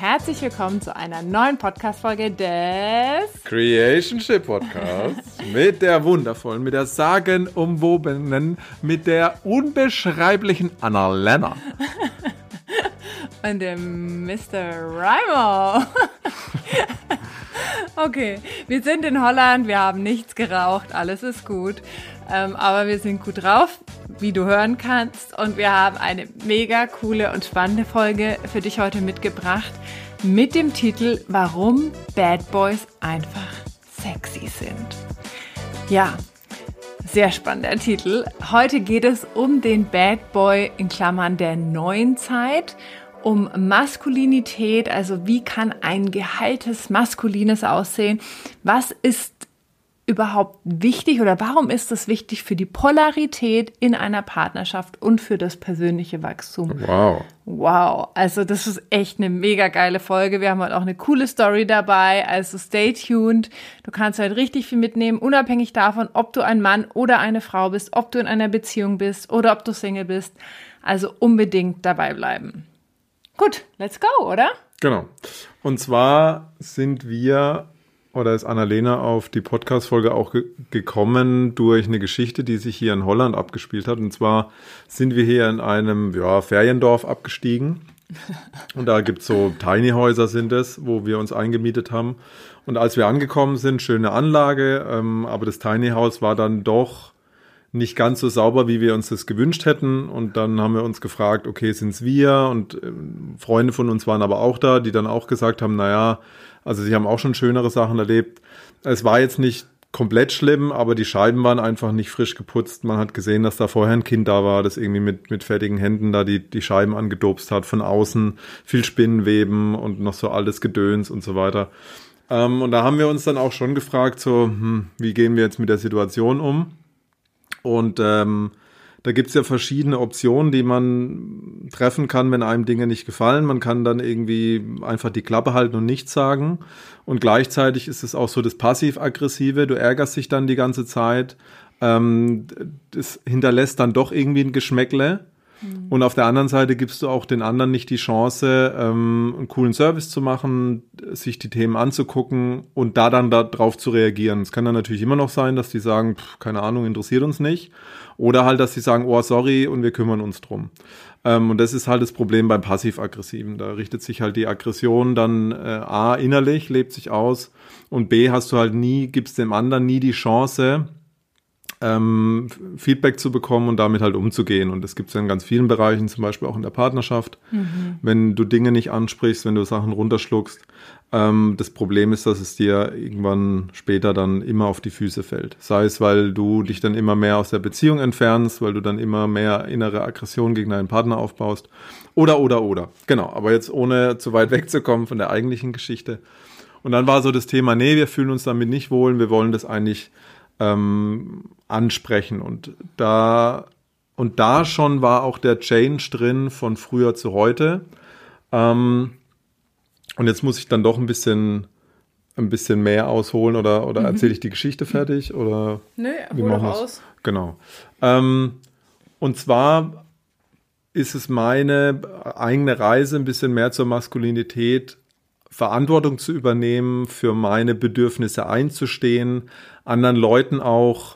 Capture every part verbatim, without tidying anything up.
herzlich willkommen zu einer neuen Podcast-Folge des Creationship Podcasts mit der wundervollen, mit der sagenumwobenen, mit der unbeschreiblichen Anna-Lena. Und dem Mister Raimo. Okay, wir sind in Holland, wir haben nichts geraucht, alles ist gut, ähm, aber wir sind gut drauf, wie du hören kannst, und wir haben eine mega coole und spannende Folge für dich heute mitgebracht mit dem Titel Warum Bad Boys einfach sexy sind. Ja, sehr spannender Titel. Heute geht es um den Bad Boy in Klammern der neuen Zeit, um Maskulinität, also wie kann ein geheiltes Maskulines aussehen? Was ist überhaupt wichtig oder warum ist es wichtig für die Polarität in einer Partnerschaft und für das persönliche Wachstum? Wow. Wow, also das ist echt eine mega geile Folge. Wir haben heute auch eine coole Story dabei, also stay tuned. Du kannst heute richtig viel mitnehmen, unabhängig davon, ob du ein Mann oder eine Frau bist, ob du in einer Beziehung bist oder ob du Single bist. Also unbedingt dabei bleiben. Gut, let's go, oder? Genau. Und zwar sind wir, oder ist Anna-Lena auf die Podcast-Folge auch ge- gekommen durch eine Geschichte, die sich hier in Holland abgespielt hat. Und zwar sind wir hier in einem ja, Feriendorf abgestiegen. Und da gibt es so Tiny-Häuser sind es, wo wir uns eingemietet haben. Und als wir angekommen sind, schöne Anlage, ähm, aber das Tiny-Haus war dann doch nicht ganz so sauber, wie wir uns das gewünscht hätten. Und dann haben wir uns gefragt, okay, sind's wir? Und äh, Freunde von uns waren aber auch da, die dann auch gesagt haben, naja, also sie haben auch schon schönere Sachen erlebt. Es war jetzt nicht komplett schlimm, aber die Scheiben waren einfach nicht frisch geputzt. Man hat gesehen, dass da vorher ein Kind da war, das irgendwie mit, mit fertigen Händen da die, die Scheiben angedobst hat. Von außen viel Spinnenweben und noch so alles Gedöns und so weiter. Ähm, und da haben wir uns dann auch schon gefragt, so, hm, wie gehen wir jetzt mit der Situation um? Und ähm, da gibt's ja verschiedene Optionen, die man treffen kann, wenn einem Dinge nicht gefallen. Man kann dann irgendwie einfach die Klappe halten und nichts sagen. Und gleichzeitig ist es auch so das Passiv-Aggressive. Du ärgerst dich dann die ganze Zeit. Ähm, das hinterlässt dann doch irgendwie ein Geschmäckle. Mhm. Und auf der anderen Seite gibst du auch den anderen nicht die Chance, ähm, einen coolen Service zu machen, sich die Themen anzugucken und da dann darauf zu reagieren. Es kann dann natürlich immer noch sein, dass die sagen, pff, keine Ahnung, interessiert uns nicht. Oder halt, dass sie sagen, oh, sorry, und wir kümmern uns drum. Ähm, und das ist halt das Problem beim Passiv-Aggressiven. Da richtet sich halt die Aggression dann äh, A, innerlich, lebt sich aus, und B, hast du halt nie, gibst dem anderen nie die Chance, Ähm, Feedback zu bekommen und damit halt umzugehen. Und das gibt es ja in ganz vielen Bereichen, zum Beispiel auch in der Partnerschaft. Mhm. Wenn du Dinge nicht ansprichst, wenn du Sachen runterschluckst. Ähm, das Problem ist, dass es dir irgendwann später dann immer auf die Füße fällt. Sei es, weil du dich dann immer mehr aus der Beziehung entfernst, weil du dann immer mehr innere Aggression gegen deinen Partner aufbaust. Oder, oder, oder. Genau, aber jetzt ohne zu weit wegzukommen von der eigentlichen Geschichte. Und dann war so das Thema, nee, wir fühlen uns damit nicht wohl, wir wollen das eigentlich Ähm, ansprechen. Und da und da schon war auch der Change drin von früher zu heute. Ähm, und jetzt muss ich dann doch ein bisschen ein bisschen mehr ausholen, oder oder mhm. erzähle ich die Geschichte fertig, oder Nö, hol doch aus. Genau. Ähm, und zwar ist es meine eigene Reise, ein bisschen mehr zur Maskulinität, Verantwortung zu übernehmen, für meine Bedürfnisse einzustehen, anderen Leuten auch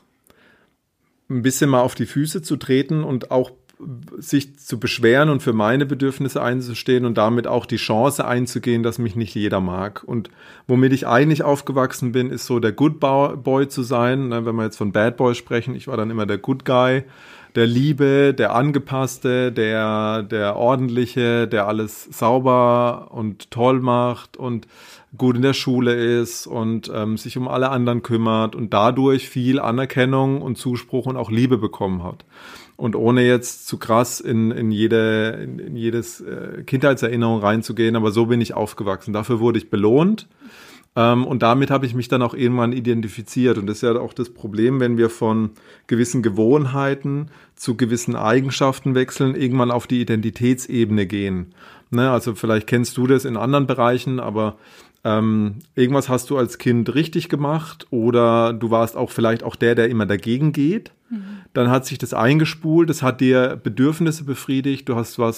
ein bisschen mal auf die Füße zu treten und auch sich zu beschweren und für meine Bedürfnisse einzustehen und damit auch die Chance einzugehen, dass mich nicht jeder mag. Und womit ich eigentlich aufgewachsen bin, ist so der Good Boy zu sein. Wenn wir jetzt von Bad Boy sprechen, ich war dann immer der Good Guy, der Liebe, der Angepasste, der, der Ordentliche, der alles sauber und toll macht und gut in der Schule ist und ähm, sich um alle anderen kümmert und dadurch viel Anerkennung und Zuspruch und auch Liebe bekommen hat. Und ohne jetzt zu krass in, in jede, in, in jedes äh, Kindheitserinnerung reinzugehen, aber so bin ich aufgewachsen. Dafür wurde ich belohnt. Ähm, und damit habe ich mich dann auch irgendwann identifiziert. Und das ist ja auch das Problem, wenn wir von gewissen Gewohnheiten zu gewissen Eigenschaften wechseln, irgendwann auf die Identitätsebene gehen. Ne? Also vielleicht kennst du das in anderen Bereichen, aber ähm, irgendwas hast du als Kind richtig gemacht oder du warst auch vielleicht auch der, der immer dagegen geht. Mhm. Dann hat sich das eingespult, das hat dir Bedürfnisse befriedigt, du hast was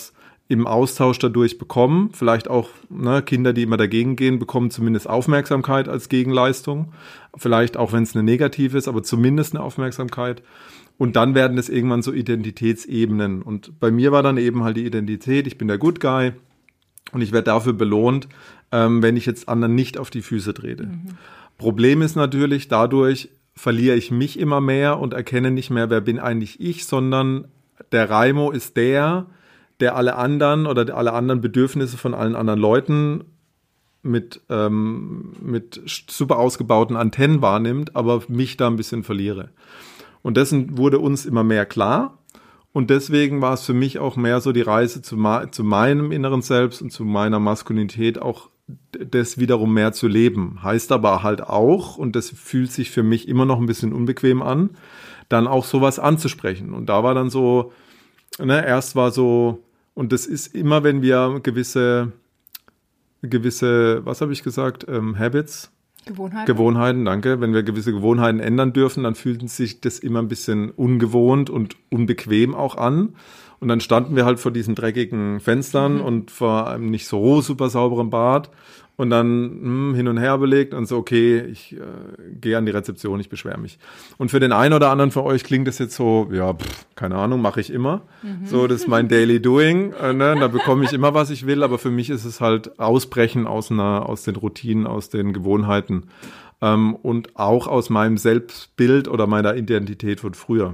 im Austausch dadurch bekommen. Vielleicht auch ne, Kinder, die immer dagegen gehen, bekommen zumindest Aufmerksamkeit als Gegenleistung. Vielleicht auch, wenn es eine negative ist, aber zumindest eine Aufmerksamkeit. Und dann werden es irgendwann so Identitätsebenen. Und bei mir war dann eben halt die Identität, ich bin der Good Guy und ich werde dafür belohnt, ähm, wenn ich jetzt anderen nicht auf die Füße trete. Mhm. Problem ist natürlich, dadurch verliere ich mich immer mehr und erkenne nicht mehr, wer bin eigentlich ich, sondern der Raimo ist der, der alle anderen oder alle anderen Bedürfnisse von allen anderen Leuten mit, ähm, mit super ausgebauten Antennen wahrnimmt, aber mich da ein bisschen verliere. Und dessen wurde uns immer mehr klar. Und deswegen war es für mich auch mehr so die Reise zu, ma- zu meinem inneren Selbst und zu meiner Maskulinität auch das wiederum mehr zu leben. Heißt aber halt auch, und das fühlt sich für mich immer noch ein bisschen unbequem an, dann auch sowas anzusprechen. Und da war dann so, ne, erst war so, und das ist immer, wenn wir gewisse, gewisse, was habe ich gesagt, ähm, Habits, Gewohnheiten. Gewohnheiten, danke. Wenn wir gewisse Gewohnheiten ändern dürfen, dann fühlt sich das immer ein bisschen ungewohnt und unbequem auch an. Und dann standen wir halt vor diesen dreckigen Fenstern mhm. und vor einem nicht so super sauberen Bad und dann hm, hin und her überlegt und so, okay, ich äh, gehe an die Rezeption, ich beschwere mich. Und für den einen oder anderen von euch klingt das jetzt so, ja, pff, keine Ahnung, mache ich immer. Mhm. So, das ist mein Daily Doing, äh, ne? Da bekomme ich immer, was ich will, aber für mich ist es halt Ausbrechen aus einer, aus den Routinen, aus den Gewohnheiten ähm, und auch aus meinem Selbstbild oder meiner Identität von früher.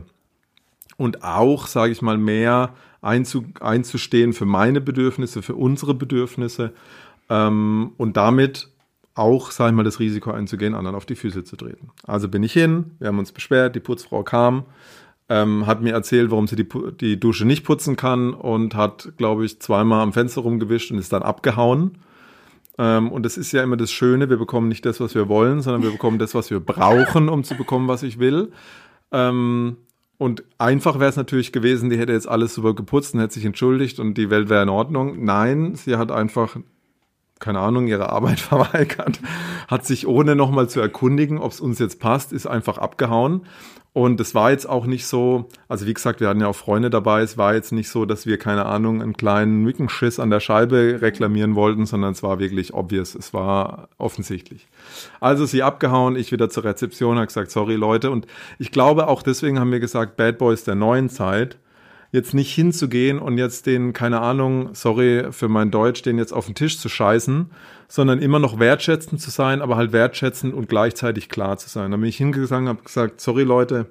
Und auch, sage ich mal, mehr einzu, einzustehen für meine Bedürfnisse, für unsere Bedürfnisse ähm, und damit auch, sage ich mal, das Risiko einzugehen, anderen auf die Füße zu treten. Also bin ich hin, wir haben uns beschwert, die Putzfrau kam, ähm, hat mir erzählt, warum sie die, die Dusche nicht putzen kann und hat, glaube ich, zweimal am Fenster rumgewischt und ist dann abgehauen. Ähm, und das ist ja immer das Schöne, wir bekommen nicht das, was wir wollen, sondern wir bekommen das, was wir brauchen, um zu bekommen, was ich will. Ähm, Und einfach wäre es natürlich gewesen, die hätte jetzt alles super geputzt und hätte sich entschuldigt und die Welt wäre in Ordnung. Nein, sie hat einfach, keine Ahnung, ihre Arbeit verweigert, hat sich ohne nochmal zu erkundigen, ob es uns jetzt passt, ist einfach abgehauen. Und es war jetzt auch nicht so, also wie gesagt, wir hatten ja auch Freunde dabei, es war jetzt nicht so, dass wir, keine Ahnung, einen kleinen Mückenschiss an der Scheibe reklamieren wollten, sondern es war wirklich obvious, es war offensichtlich. Also sie abgehauen, ich wieder zur Rezeption, habe gesagt, sorry Leute. Und ich glaube auch deswegen haben wir gesagt, Bad Boys der neuen Zeit, jetzt nicht hinzugehen und jetzt den, keine Ahnung, sorry für mein Deutsch, den jetzt auf den Tisch zu scheißen, sondern immer noch wertschätzend zu sein, aber halt wertschätzend und gleichzeitig klar zu sein. Da bin ich hingegangen und habe gesagt, sorry Leute,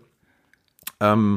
ähm,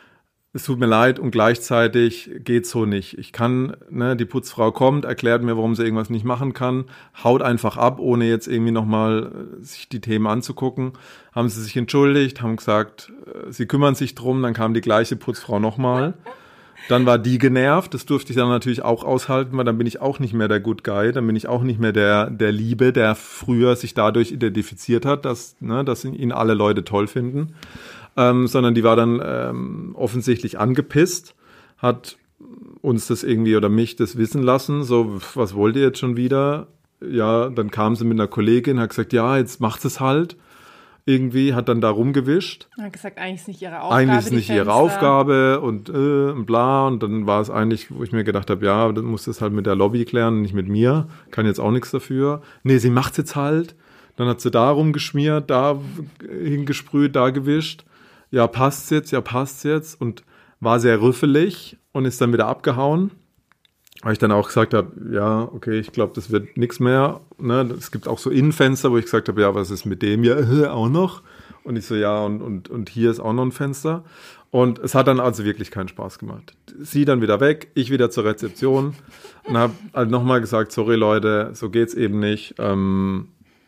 es tut mir leid und gleichzeitig geht's so nicht. Ich kann, ne, die Putzfrau kommt, erklärt mir, warum sie irgendwas nicht machen kann, haut einfach ab, ohne jetzt irgendwie nochmal sich die Themen anzugucken. Haben sie sich entschuldigt, haben gesagt, sie kümmern sich drum, dann kam die gleiche Putzfrau nochmal. Dann war die genervt, das durfte ich dann natürlich auch aushalten, weil dann bin ich auch nicht mehr der Good Guy, dann bin ich auch nicht mehr der, der Liebe, der früher sich dadurch identifiziert hat, dass, ne, dass ihn alle Leute toll finden. Ähm, sondern die war dann ähm, offensichtlich angepisst, hat uns das irgendwie oder mich das wissen lassen, so, was wollt ihr jetzt schon wieder? Ja, dann kam sie mit einer Kollegin, hat gesagt, ja, jetzt macht es halt. Irgendwie hat dann da rumgewischt. Er hat gesagt, eigentlich ist nicht ihre Aufgabe. Eigentlich ist nicht ihre Aufgabe und, äh, und bla. Und dann war es eigentlich, wo ich mir gedacht habe, ja, dann muss das halt mit der Lobby klären, nicht mit mir. Kann jetzt auch nichts dafür. Nee, sie macht's jetzt halt. Dann hat sie da rumgeschmiert, da hingesprüht, da gewischt. Ja, passt's jetzt, ja, passt's jetzt. Und war sehr rüffelig und ist dann wieder abgehauen. Weil ich dann auch gesagt habe, ja, okay, ich glaube, das wird nichts mehr. Ne? Es gibt auch so Innenfenster, wo ich gesagt habe, ja, was ist mit dem? Ja, äh, auch noch. Und ich so, ja, und, und, und hier ist auch noch ein Fenster. Und es hat dann also wirklich keinen Spaß gemacht. Sie dann wieder weg, ich wieder zur Rezeption und habe halt nochmal gesagt, sorry Leute, so geht's eben nicht. Ähm,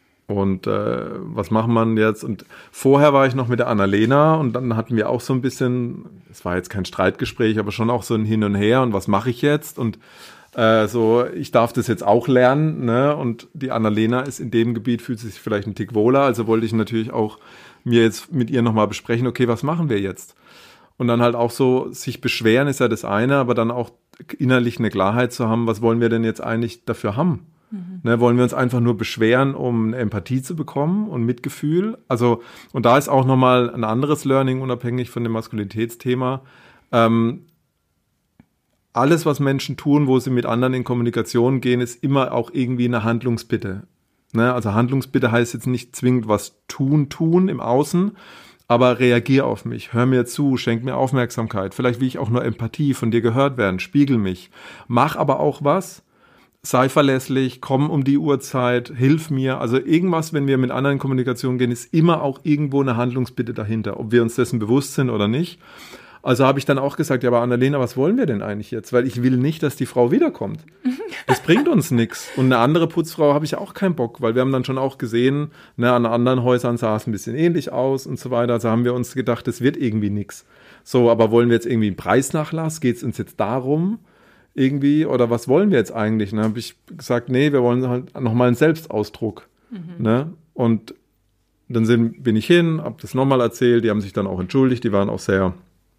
und äh, was macht man jetzt? Und vorher war ich noch mit der Annalena und dann hatten wir auch so ein bisschen, es war jetzt kein Streitgespräch, aber schon auch so ein Hin und Her und was mache ich jetzt? Und äh, so, ich darf das jetzt auch lernen, ne? Und die Annalena ist in dem Gebiet, fühlt sich vielleicht ein Tick wohler, also wollte ich natürlich auch mir jetzt mit ihr nochmal besprechen, okay, was machen wir jetzt? Und dann halt auch so, sich beschweren ist ja das eine, aber dann auch innerlich eine Klarheit zu haben, was wollen wir denn jetzt eigentlich dafür haben? Mhm. Ne, wollen wir uns einfach nur beschweren, um Empathie zu bekommen und Mitgefühl? Also, und da ist auch nochmal ein anderes Learning, unabhängig von dem Maskulinitätsthema. Ähm, alles, was Menschen tun, wo sie mit anderen in Kommunikation gehen, ist immer auch irgendwie eine Handlungsbitte. Ne? Also Handlungsbitte heißt jetzt nicht zwingend was tun, tun im Außen, aber reagier auf mich, hör mir zu, schenk mir Aufmerksamkeit. Vielleicht will ich auch nur Empathie, von dir gehört werden, spiegel mich. Mach aber auch was, sei verlässlich, komm um die Uhrzeit, hilf mir. Also irgendwas, wenn wir mit anderen in Kommunikation gehen, ist immer auch irgendwo eine Handlungsbitte dahinter, ob wir uns dessen bewusst sind oder nicht. Also habe ich dann auch gesagt, ja, aber Annalena, was wollen wir denn eigentlich jetzt? Weil ich will nicht, dass die Frau wiederkommt. Das bringt uns nichts. Und eine andere Putzfrau habe ich auch keinen Bock, weil wir haben dann schon auch gesehen, ne, an anderen Häusern sah es ein bisschen ähnlich aus und so weiter. Also haben wir uns gedacht, das wird irgendwie nichts. So, aber wollen wir jetzt irgendwie einen Preisnachlass? Geht es uns jetzt darum irgendwie? Oder was wollen wir jetzt eigentlich? Dann habe ich gesagt, nee, wir wollen halt nochmal einen Selbstausdruck. Mhm. Ne? Und dann sind, bin ich hin, habe das nochmal erzählt. Die haben sich dann auch entschuldigt. Die waren auch sehr...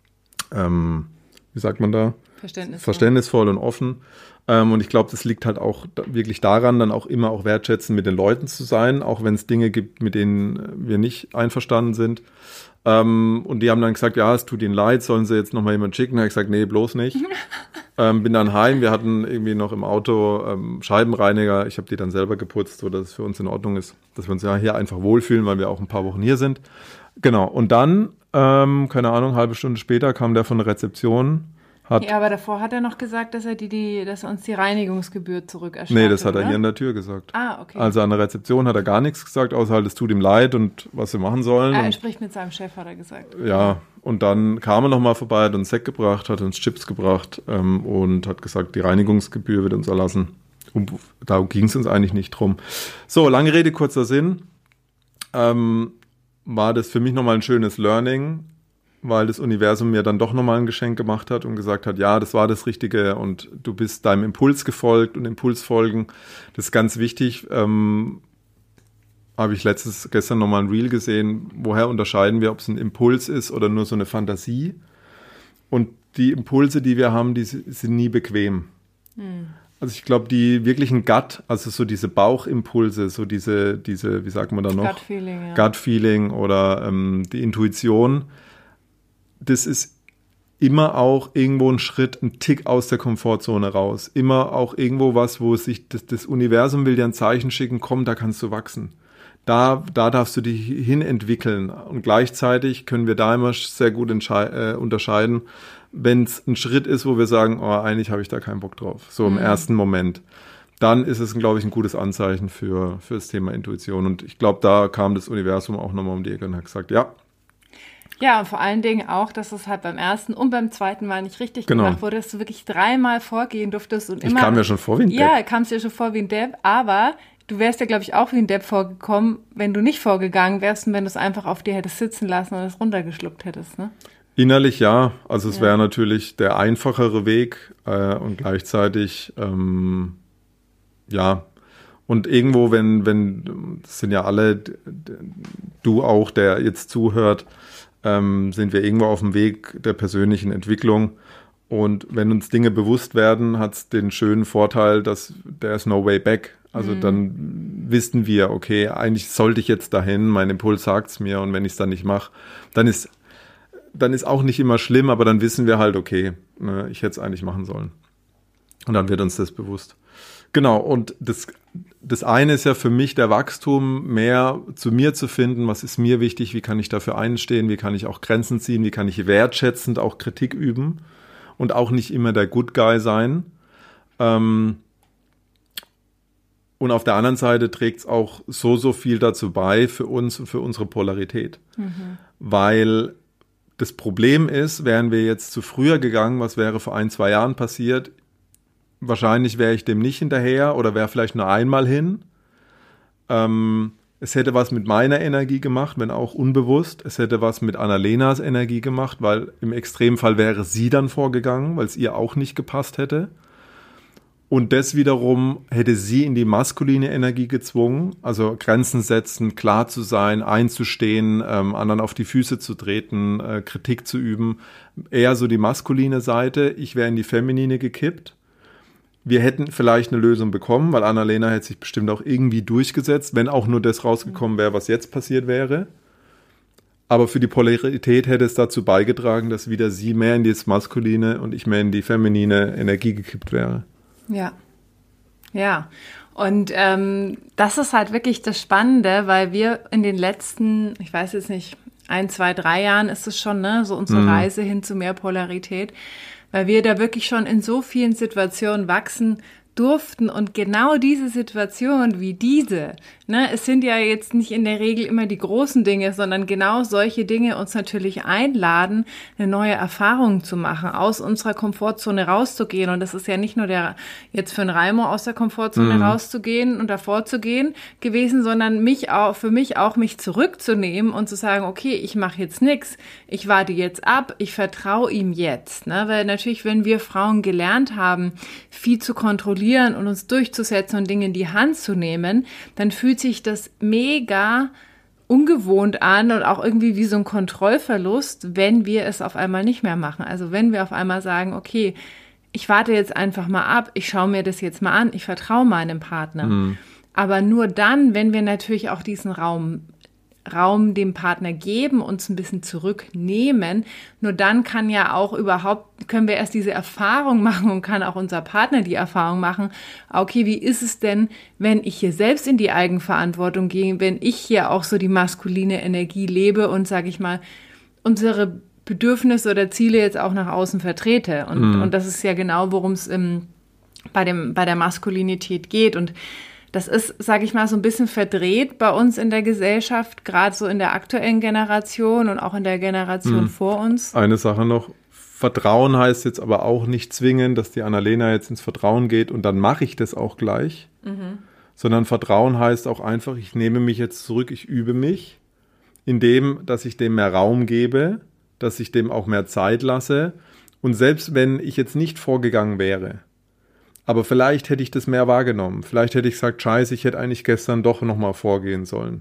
Ähm, wie sagt man da? Verständnisvoll. Verständnisvoll und offen. Ähm, und ich glaube, das liegt halt auch da, wirklich daran, dann auch immer auch wertschätzend mit den Leuten zu sein, auch wenn es Dinge gibt, mit denen wir nicht einverstanden sind. Ähm, und die haben dann gesagt, ja, es tut ihnen leid, sollen sie jetzt nochmal jemanden schicken? Da habe ich gesagt, nee, bloß nicht. ähm, bin dann heim, wir hatten irgendwie noch im Auto ähm, Scheibenreiniger. Ich habe die dann selber geputzt, sodass es für uns in Ordnung ist, dass wir uns ja hier einfach wohlfühlen, weil wir auch ein paar Wochen hier sind. Genau, und dann, ähm, keine Ahnung, halbe Stunde später kam der von der Rezeption. Hat ja, aber davor hat er noch gesagt, dass er die, die, dass er uns die Reinigungsgebühr zurückerstattet. Nee, das hat er oder? hier an der Tür gesagt. Ah, okay. Also an der Rezeption hat er gar nichts gesagt, außer halt, es tut ihm leid und was sie machen sollen. Ah, er und, spricht mit seinem Chef, hat er gesagt. Ja, und dann kam er nochmal vorbei, hat uns Sekt gebracht, hat uns Chips gebracht ähm, und hat gesagt, die Reinigungsgebühr wird uns erlassen. Und da ging es uns eigentlich nicht drum. So, lange Rede, kurzer Sinn. Ähm, war das für mich nochmal ein schönes Learning, weil das Universum mir dann doch nochmal ein Geschenk gemacht hat und gesagt hat, ja, das war das Richtige und du bist deinem Impuls gefolgt und Impulsfolgen, das ist ganz wichtig. Ähm, habe ich letztes, gestern nochmal ein Reel gesehen, woher unterscheiden wir, ob es ein Impuls ist oder nur so eine Fantasie. Und die Impulse, die wir haben, die sind nie bequem. Hm. Also ich glaube, die wirklichen Gut, also so diese Bauchimpulse, so diese, diese, wie sagt man da noch? Gut-Feeling, ja. Gut-Feeling oder ähm, die Intuition, das ist immer auch irgendwo ein Schritt, ein Tick aus der Komfortzone raus. Immer auch irgendwo was, wo sich das, das Universum will dir ein Zeichen schicken, komm, da kannst du wachsen. Da, da darfst du dich hin entwickeln. Und gleichzeitig können wir da immer sehr gut äh, unterscheiden, wenn es ein Schritt ist, wo wir sagen, oh, eigentlich habe ich da keinen Bock drauf. So im mhm. ersten Moment. Dann ist es, glaube ich, ein gutes Anzeichen für, für das Thema Intuition. Und ich glaube, da kam das Universum auch nochmal um die Ecke und hat gesagt, ja. Ja, und vor allen Dingen auch, dass es halt beim ersten und beim zweiten Mal nicht richtig genau. gemacht wurde, dass du wirklich dreimal vorgehen durftest. Und ich immer, kam mir schon vor wie ein Depp. Ja, kamst dir schon vor wie ein Depp, aber du wärst ja, glaube ich, auch wie ein Depp vorgekommen, wenn du nicht vorgegangen wärst und wenn du es einfach auf dir hättest sitzen lassen und es runtergeschluckt hättest, ne? Innerlich ja, also es ja. wäre natürlich der einfachere Weg äh, und gleichzeitig, ähm, ja, und irgendwo, wenn, wenn, das sind ja alle, du auch, der jetzt zuhört, ähm, sind wir irgendwo auf dem Weg der persönlichen Entwicklung. Und wenn uns Dinge bewusst werden, hat es den schönen Vorteil, dass there's no way back. Also mhm. dann wissen wir, okay, eigentlich sollte ich jetzt dahin, mein Impuls sagt es mir und wenn ich es dann nicht mache, dann ist dann ist auch nicht immer schlimm, aber dann wissen wir halt, okay, ne, ich hätte es eigentlich machen sollen. Und dann wird uns das bewusst. Genau, und das, das eine ist ja für mich der Wachstum, mehr zu mir zu finden, was ist mir wichtig, wie kann ich dafür einstehen, wie kann ich auch Grenzen ziehen, wie kann ich wertschätzend auch Kritik üben und auch nicht immer der Good Guy sein. Ähm, und auf der anderen Seite trägt es auch so, so viel dazu bei für uns und für unsere Polarität. Mhm. Weil das Problem ist, wären wir jetzt zu früher gegangen, was wäre vor ein, zwei Jahren passiert, wahrscheinlich wäre ich dem nicht hinterher oder wäre vielleicht nur einmal hin. Ähm, es hätte was mit meiner Energie gemacht, wenn auch unbewusst. Es hätte was mit Annalenas Energie gemacht, weil im Extremfall wäre sie dann vorgegangen, weil es ihr auch nicht gepasst hätte. Und das wiederum hätte sie in die maskuline Energie gezwungen, also Grenzen setzen, klar zu sein, einzustehen, ähm, anderen auf die Füße zu treten, äh, Kritik zu üben. Eher so die maskuline Seite. Ich wäre in die feminine gekippt. Wir hätten vielleicht eine Lösung bekommen, weil Annalena hätte sich bestimmt auch irgendwie durchgesetzt, wenn auch nur das rausgekommen wäre, was jetzt passiert wäre. Aber für die Polarität hätte es dazu beigetragen, dass wieder sie mehr in das maskuline und ich mehr in die feminine Energie gekippt wäre. Ja, ja. Und ähm, das ist halt wirklich das Spannende, weil wir in den letzten, ich weiß jetzt nicht, ein, zwei, drei Jahren ist es schon, ne, so unsere mhm. Reise hin zu mehr Polarität, weil wir da wirklich schon in so vielen Situationen wachsen durften und genau diese Situation wie diese, ne, es sind ja jetzt nicht in der Regel immer die großen Dinge, sondern genau solche Dinge uns natürlich einladen, eine neue Erfahrung zu machen, aus unserer Komfortzone rauszugehen. Und das ist ja nicht nur der jetzt für einen Raimo aus der Komfortzone mhm. rauszugehen und davor zu gehen gewesen, sondern mich auch für mich auch mich zurückzunehmen und zu sagen, okay, ich mache jetzt nichts, ich warte jetzt ab, ich vertraue ihm jetzt, ne, weil natürlich, wenn wir Frauen gelernt haben, viel zu kontrollieren und uns durchzusetzen und Dinge in die Hand zu nehmen, dann fühlt sich das mega ungewohnt an und auch irgendwie wie so ein Kontrollverlust, wenn wir es auf einmal nicht mehr machen. Also wenn wir auf einmal sagen, okay, ich warte jetzt einfach mal ab, ich schaue mir das jetzt mal an, ich vertraue meinem Partner. Mhm. Aber nur dann, wenn wir natürlich auch diesen Raum Raum dem Partner geben, uns ein bisschen zurücknehmen. Nur dann kann ja auch überhaupt, können wir erst diese Erfahrung machen und kann auch unser Partner die Erfahrung machen, okay, wie ist es denn, wenn ich hier selbst in die Eigenverantwortung gehe, wenn ich hier auch so die maskuline Energie lebe und, sage ich mal, unsere Bedürfnisse oder Ziele jetzt auch nach außen vertrete. Und, mhm. und das ist ja genau, worum es im, bei dem, bei der Maskulinität geht. Und das ist, sage ich mal, so ein bisschen verdreht bei uns in der Gesellschaft, gerade so in der aktuellen Generation und auch in der Generation hm. vor uns. Eine Sache noch, Vertrauen heißt jetzt aber auch nicht zwingen, dass die Annalena jetzt ins Vertrauen geht und dann mache ich das auch gleich, mhm. sondern Vertrauen heißt auch einfach, ich nehme mich jetzt zurück, ich übe mich, indem, dass ich dem mehr Raum gebe, dass ich dem auch mehr Zeit lasse und selbst wenn ich jetzt nicht vorgegangen wäre, aber vielleicht hätte ich das mehr wahrgenommen. Vielleicht hätte ich gesagt, scheiße, ich hätte eigentlich gestern doch nochmal vorgehen sollen.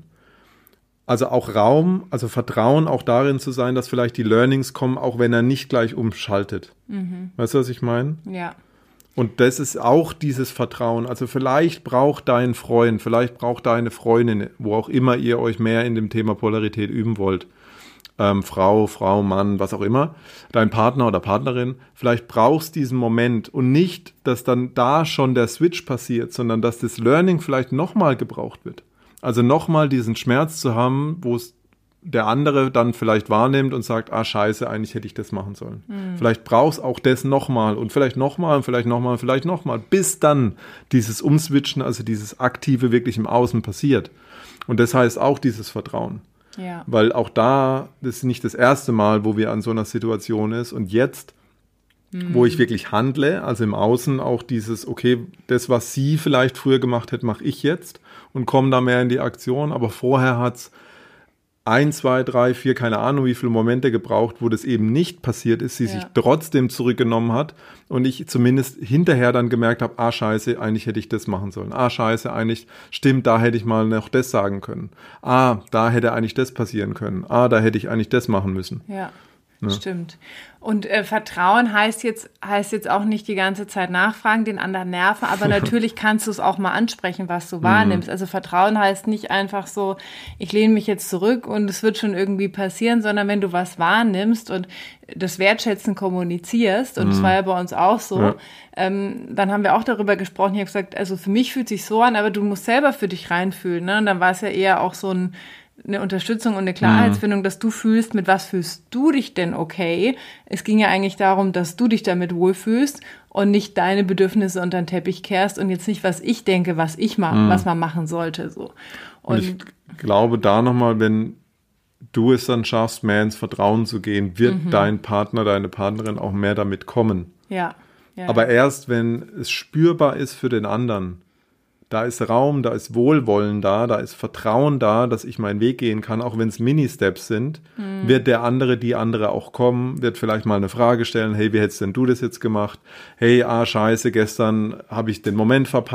Also auch Raum, also Vertrauen auch darin zu sein, dass vielleicht die Learnings kommen, auch wenn er nicht gleich umschaltet. Mhm. Weißt du, was ich meine? Ja. Und das ist auch dieses Vertrauen. Also vielleicht braucht dein Freund, vielleicht braucht deine Freundin, wo auch immer ihr euch mehr in dem Thema Polarität üben wollt, Ähm, Frau, Frau, Mann, was auch immer, dein Partner oder Partnerin, vielleicht brauchst diesen Moment und nicht, dass dann da schon der Switch passiert, sondern dass das Learning vielleicht nochmal gebraucht wird. Also nochmal diesen Schmerz zu haben, wo es der andere dann vielleicht wahrnimmt und sagt, ah scheiße, eigentlich hätte ich das machen sollen. Mhm. Vielleicht brauchst auch das nochmal und vielleicht nochmal und vielleicht nochmal und vielleicht nochmal, bis dann dieses Umswitchen, also dieses Aktive wirklich im Außen passiert. Und das heißt auch dieses Vertrauen. Ja. Weil auch da, das ist nicht das erste Mal, wo wir an so einer Situation ist. Und jetzt, mhm. wo ich wirklich handle, also im Außen auch dieses, okay, das, was sie vielleicht früher gemacht hat, mache ich jetzt und komme da mehr in die Aktion. Aber vorher hat es ein, zwei, drei, vier, keine Ahnung, wie viele Momente gebraucht, wo das eben nicht passiert ist, sie ja. sich trotzdem zurückgenommen hat und ich zumindest hinterher dann gemerkt habe, ah scheiße, eigentlich hätte ich das machen sollen. Ah scheiße, eigentlich stimmt, da hätte ich mal noch das sagen können. Ah, da hätte eigentlich das passieren können. Ah, da hätte ich eigentlich das machen müssen. Ja. Ja. Stimmt. Und äh, Vertrauen heißt jetzt, heißt jetzt auch nicht die ganze Zeit nachfragen, den anderen nerven, aber natürlich kannst du es auch mal ansprechen, was du wahrnimmst. Also Vertrauen heißt nicht einfach so, ich lehne mich jetzt zurück und es wird schon irgendwie passieren, sondern wenn du was wahrnimmst und das Wertschätzen kommunizierst, und das war ja bei uns auch so, ja. ähm, dann haben wir auch darüber gesprochen, ich habe gesagt, also für mich fühlt sich so an, aber du musst selber für dich reinfühlen, ne? Und dann war es ja eher auch so ein eine Unterstützung und eine Klarheitsfindung, dass du fühlst, mit was fühlst du dich denn okay? Es ging ja eigentlich darum, dass du dich damit wohlfühlst und nicht deine Bedürfnisse unter den Teppich kehrst und jetzt nicht, was ich denke, was ich mache, mhm. was man machen sollte. So. Und, und ich glaube da nochmal, wenn du es dann schaffst, mehr ins Vertrauen zu gehen, wird mhm. dein Partner, deine Partnerin auch mehr damit kommen. Ja. ja Aber ja. erst, wenn es spürbar ist für den anderen, da ist Raum, da ist Wohlwollen da, da ist Vertrauen da, dass ich meinen Weg gehen kann, auch wenn es Mini-Steps sind, mhm. wird der andere, die andere auch kommen, wird vielleicht mal eine Frage stellen, hey, wie hättest denn du das jetzt gemacht? Hey, ah, scheiße, gestern habe ich den Moment verpasst.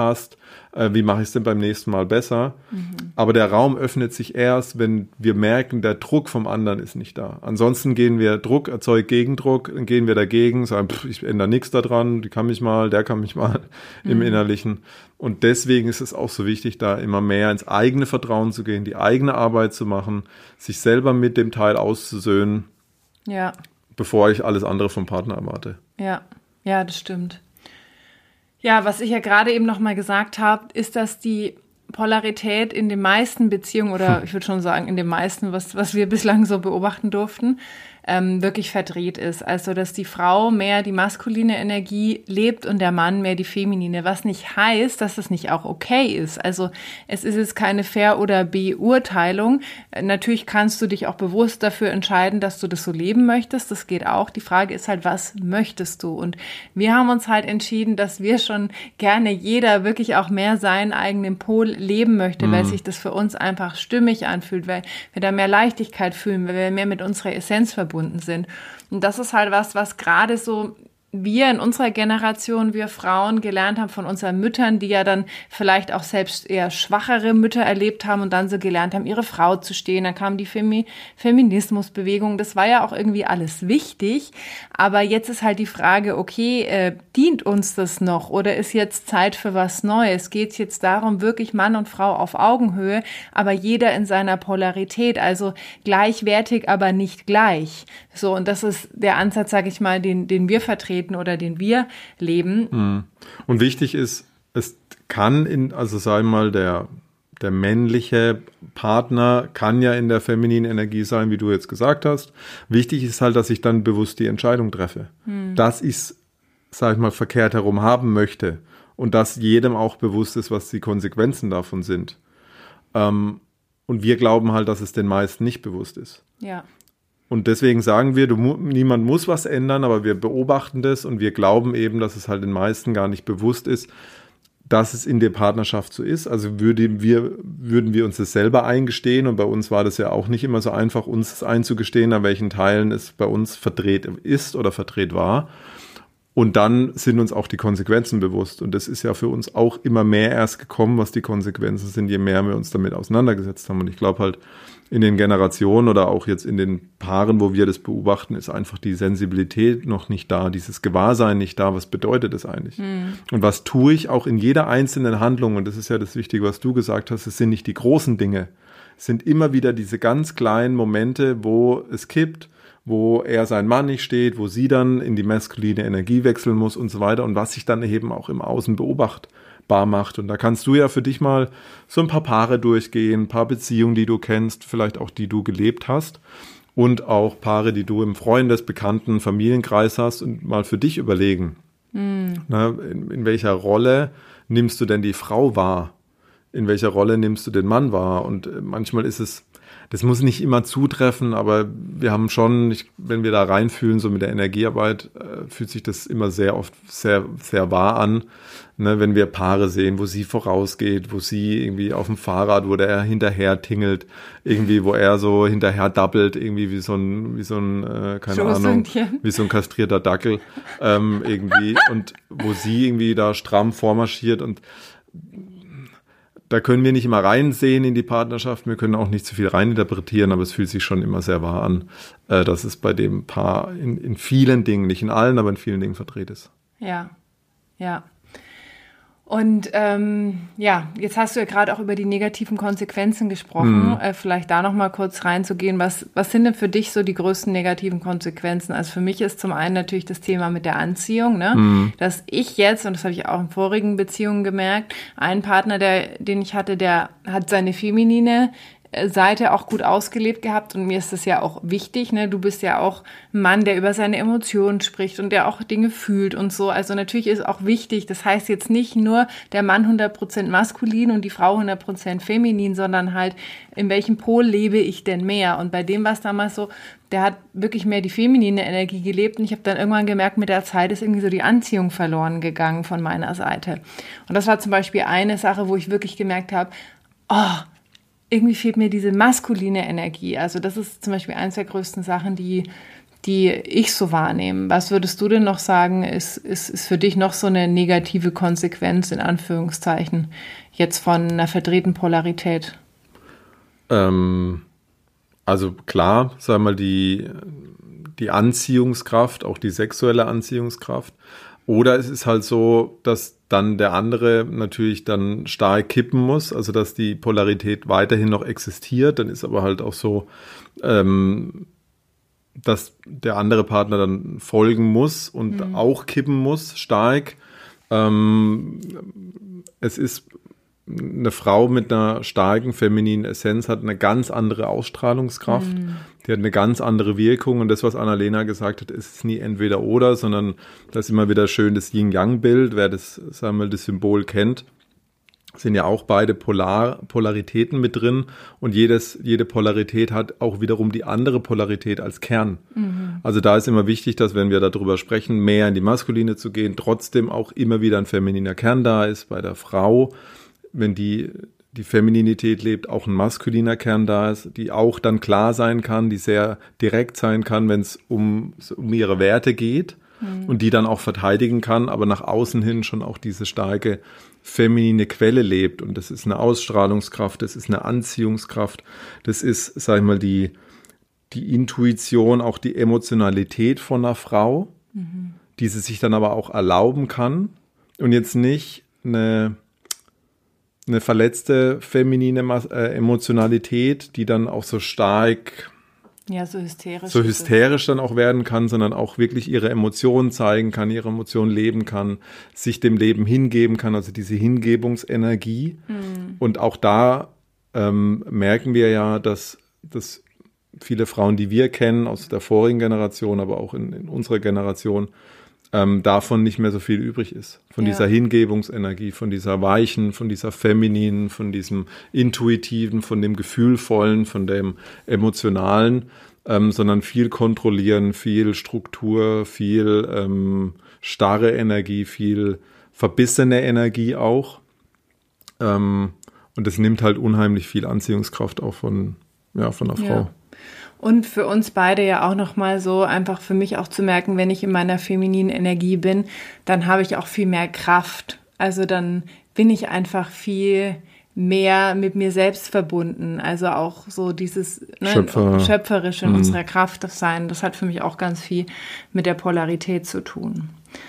Äh, wie mache ich es denn beim nächsten Mal besser? Mhm. Aber der Raum öffnet sich erst, wenn wir merken, der Druck vom anderen ist nicht da. Ansonsten gehen wir, Druck erzeugt Gegendruck, dann gehen wir dagegen, sagen, pff, ich ändere nichts daran, die kann mich mal, der kann mich mal mhm. im Innerlichen. Und deswegen ist es auch so wichtig, da immer mehr ins eigene Vertrauen zu gehen, die eigene Arbeit zu machen, sich selber mit dem Teil auszusöhnen, ja. bevor ich alles andere vom Partner erwarte. Ja, ja, das stimmt. Ja, was ich ja gerade eben nochmal gesagt habe, ist, dass die Polarität in den meisten Beziehungen oder ich würde schon sagen in den meisten, was, was wir bislang so beobachten durften, ähm, wirklich verdreht ist. Also, dass die Frau mehr die maskuline Energie lebt und der Mann mehr die feminine, was nicht heißt, dass das nicht auch okay ist. Also, es ist jetzt keine Fair- oder Beurteilung. Natürlich kannst du dich auch bewusst dafür entscheiden, dass du das so leben möchtest. Das geht auch. Die Frage ist halt, was möchtest du? Und wir haben uns halt entschieden, dass wir schon gerne jeder wirklich auch mehr seinen eigenen Pol leben möchte, mhm. weil sich das für uns einfach stimmig anfühlt, weil wir da mehr Leichtigkeit fühlen, weil wir mehr mit unserer Essenz verbunden sind. Und das ist halt was, was gerade so wir in unserer Generation, wir Frauen gelernt haben von unseren Müttern, die ja dann vielleicht auch selbst eher schwachere Mütter erlebt haben und dann so gelernt haben, ihre Frau zu stehen. Dann kam die Femi- Feminismusbewegung. Das war ja auch irgendwie alles wichtig. Aber jetzt ist halt die Frage, okay, äh, dient uns das noch oder ist jetzt Zeit für was Neues? Geht es jetzt darum, wirklich Mann und Frau auf Augenhöhe, aber jeder in seiner Polarität, also gleichwertig, aber nicht gleich. So, und das ist der Ansatz, sage ich mal, den, den wir vertreten oder den wir leben. Und wichtig ist, es kann in, also sagen wir mal, der, der männliche Partner kann ja in der femininen Energie sein, wie du jetzt gesagt hast. Wichtig ist halt, dass ich dann bewusst die Entscheidung treffe. Hm. Dass ich es, sag ich mal, verkehrt herum haben möchte und dass jedem auch bewusst ist, was die Konsequenzen davon sind. Ähm, und wir glauben halt, dass es den meisten nicht bewusst ist. Ja. Und deswegen sagen wir, du, niemand muss was ändern, aber wir beobachten das und wir glauben eben, dass es halt den meisten gar nicht bewusst ist, dass es in der Partnerschaft so ist. Also würde wir, würden wir uns das selber eingestehen und bei uns war das ja auch nicht immer so einfach, uns das einzugestehen, an welchen Teilen es bei uns verdreht ist oder verdreht war. Und dann sind uns auch die Konsequenzen bewusst. Und das ist ja für uns auch immer mehr erst gekommen, was die Konsequenzen sind, je mehr wir uns damit auseinandergesetzt haben. Und ich glaube halt, in den Generationen oder auch jetzt in den Paaren, wo wir das beobachten, ist einfach die Sensibilität noch nicht da, dieses Gewahrsein nicht da. Was bedeutet das eigentlich? Mhm. Und was tue ich auch in jeder einzelnen Handlung? Und das ist ja das Wichtige, was du gesagt hast, es sind nicht die großen Dinge. Es sind immer wieder diese ganz kleinen Momente, wo es kippt, wo er sein Mann nicht steht, wo sie dann in die maskuline Energie wechseln muss und so weiter und was sich dann eben auch im Außen beobachtet macht. Und da kannst du ja für dich mal so ein paar Paare durchgehen, ein paar Beziehungen, die du kennst, vielleicht auch die du gelebt hast und auch Paare, die du im Freundes-, Bekannten-, Familienkreis hast und mal für dich überlegen, mm. na, in, in welcher Rolle nimmst du denn die Frau wahr? In welcher Rolle nimmst du den Mann wahr? Und manchmal ist es, das muss nicht immer zutreffen, aber wir haben schon, ich, wenn wir da reinfühlen, so mit der Energiearbeit, äh, fühlt sich das immer sehr oft sehr, sehr wahr an. Ne, wenn wir Paare sehen, wo sie vorausgeht, wo sie irgendwie auf dem Fahrrad, wo der hinterher tingelt, irgendwie, wo er so hinterher dabbelt, irgendwie wie so ein, wie so ein, äh, keine Ahnung, wie so ein kastrierter Dackel, ähm, irgendwie, und wo sie irgendwie da stramm vormarschiert und da können wir nicht immer reinsehen in die Partnerschaft, wir können auch nicht zu viel reininterpretieren, aber es fühlt sich schon immer sehr wahr an, äh, dass es bei dem Paar in, in vielen Dingen, nicht in allen, aber in vielen Dingen verdreht ist. Ja, ja. Und ähm, ja, jetzt hast du ja gerade auch über die negativen Konsequenzen gesprochen. Mhm. Äh, vielleicht da noch mal kurz reinzugehen. Was, was sind denn für dich so die größten negativen Konsequenzen? Also für mich ist zum einen natürlich das Thema mit der Anziehung, ne? Mhm. Dass ich jetzt, und das habe ich auch in vorigen Beziehungen gemerkt, einen Partner, der, den ich hatte, der hat seine feminine Seite auch gut ausgelebt gehabt und mir ist das ja auch wichtig, ne? Du bist ja auch ein Mann, der über seine Emotionen spricht und der auch Dinge fühlt und so. Also natürlich ist auch wichtig, das heißt jetzt nicht nur der Mann hundert Prozent maskulin und die Frau hundert Prozent feminin, sondern halt in welchem Pol lebe ich denn mehr? Und bei dem war es damals so, der hat wirklich mehr die feminine Energie gelebt und ich habe dann irgendwann gemerkt, mit der Zeit ist irgendwie so die Anziehung verloren gegangen von meiner Seite. Und das war zum Beispiel eine Sache, wo ich wirklich gemerkt habe, oh, irgendwie fehlt mir diese maskuline Energie. Also das ist zum Beispiel eines der größten Sachen, die, die ich so wahrnehme. Was würdest du denn noch sagen, ist, ist, ist für dich noch so eine negative Konsequenz, in Anführungszeichen, jetzt von einer verdrehten Polarität? Ähm, also klar, sagen wir mal, die, die Anziehungskraft, auch die sexuelle Anziehungskraft. Oder es ist halt so, dass dann der andere natürlich dann stark kippen muss, also dass die Polarität weiterhin noch existiert. Dann ist aber halt auch so, ähm, dass der andere Partner dann folgen muss und mhm. auch kippen muss, stark. Ähm, es ist eine Frau mit einer starken femininen Essenz, hat eine ganz andere Ausstrahlungskraft, mhm. die hat eine ganz andere Wirkung und das, was Annalena gesagt hat, ist nie entweder oder, sondern das ist immer wieder schön das Yin-Yang-Bild, wer das, sagen wir mal, das Symbol kennt, sind ja auch beide Polar, Polaritäten mit drin und jedes, jede Polarität hat auch wiederum die andere Polarität als Kern. Mhm. Also da ist immer wichtig, dass wenn wir darüber sprechen, mehr in die Maskuline zu gehen, trotzdem auch immer wieder ein femininer Kern da ist bei der Frau, wenn die, die Femininität lebt, auch ein maskuliner Kern da ist, die auch dann klar sein kann, die sehr direkt sein kann, wenn es um, um ihre Werte geht mhm. und die dann auch verteidigen kann, aber nach außen hin schon auch diese starke feminine Quelle lebt. Und das ist eine Ausstrahlungskraft, das ist eine Anziehungskraft, das ist, sag ich mal, die, die Intuition, auch die Emotionalität von einer Frau, mhm. die sie sich dann aber auch erlauben kann und jetzt nicht eine eine verletzte feminine äh, Emotionalität, die dann auch so stark, ja, so hysterisch, so hysterisch dann auch werden kann, sondern auch wirklich ihre Emotionen zeigen kann, ihre Emotionen leben kann, sich dem Leben hingeben kann, also diese Hingebungsenergie. Mhm. Und auch da ähm, merken wir ja, dass, dass viele Frauen, die wir kennen, aus der vorigen Generation, aber auch in, in unserer Generation, Ähm, davon nicht mehr so viel übrig ist. Von ja. dieser Hingebungsenergie, von dieser weichen, von dieser femininen, von diesem intuitiven, von dem gefühlvollen, von dem emotionalen, ähm, sondern viel kontrollieren, viel Struktur, viel ähm, starre Energie, viel verbissene Energie auch. Ähm, und das nimmt halt unheimlich viel Anziehungskraft auch von, ja, von einer Frau. Ja. Und für uns beide ja auch nochmal so, einfach für mich auch zu merken, wenn ich in meiner femininen Energie bin, dann habe ich auch viel mehr Kraft. Also dann bin ich einfach viel mehr mit mir selbst verbunden. Also auch so dieses ne, Schöpfer. schöpferisch in mhm. unserer Kraft sein. Das hat für mich auch ganz viel mit der Polarität zu tun.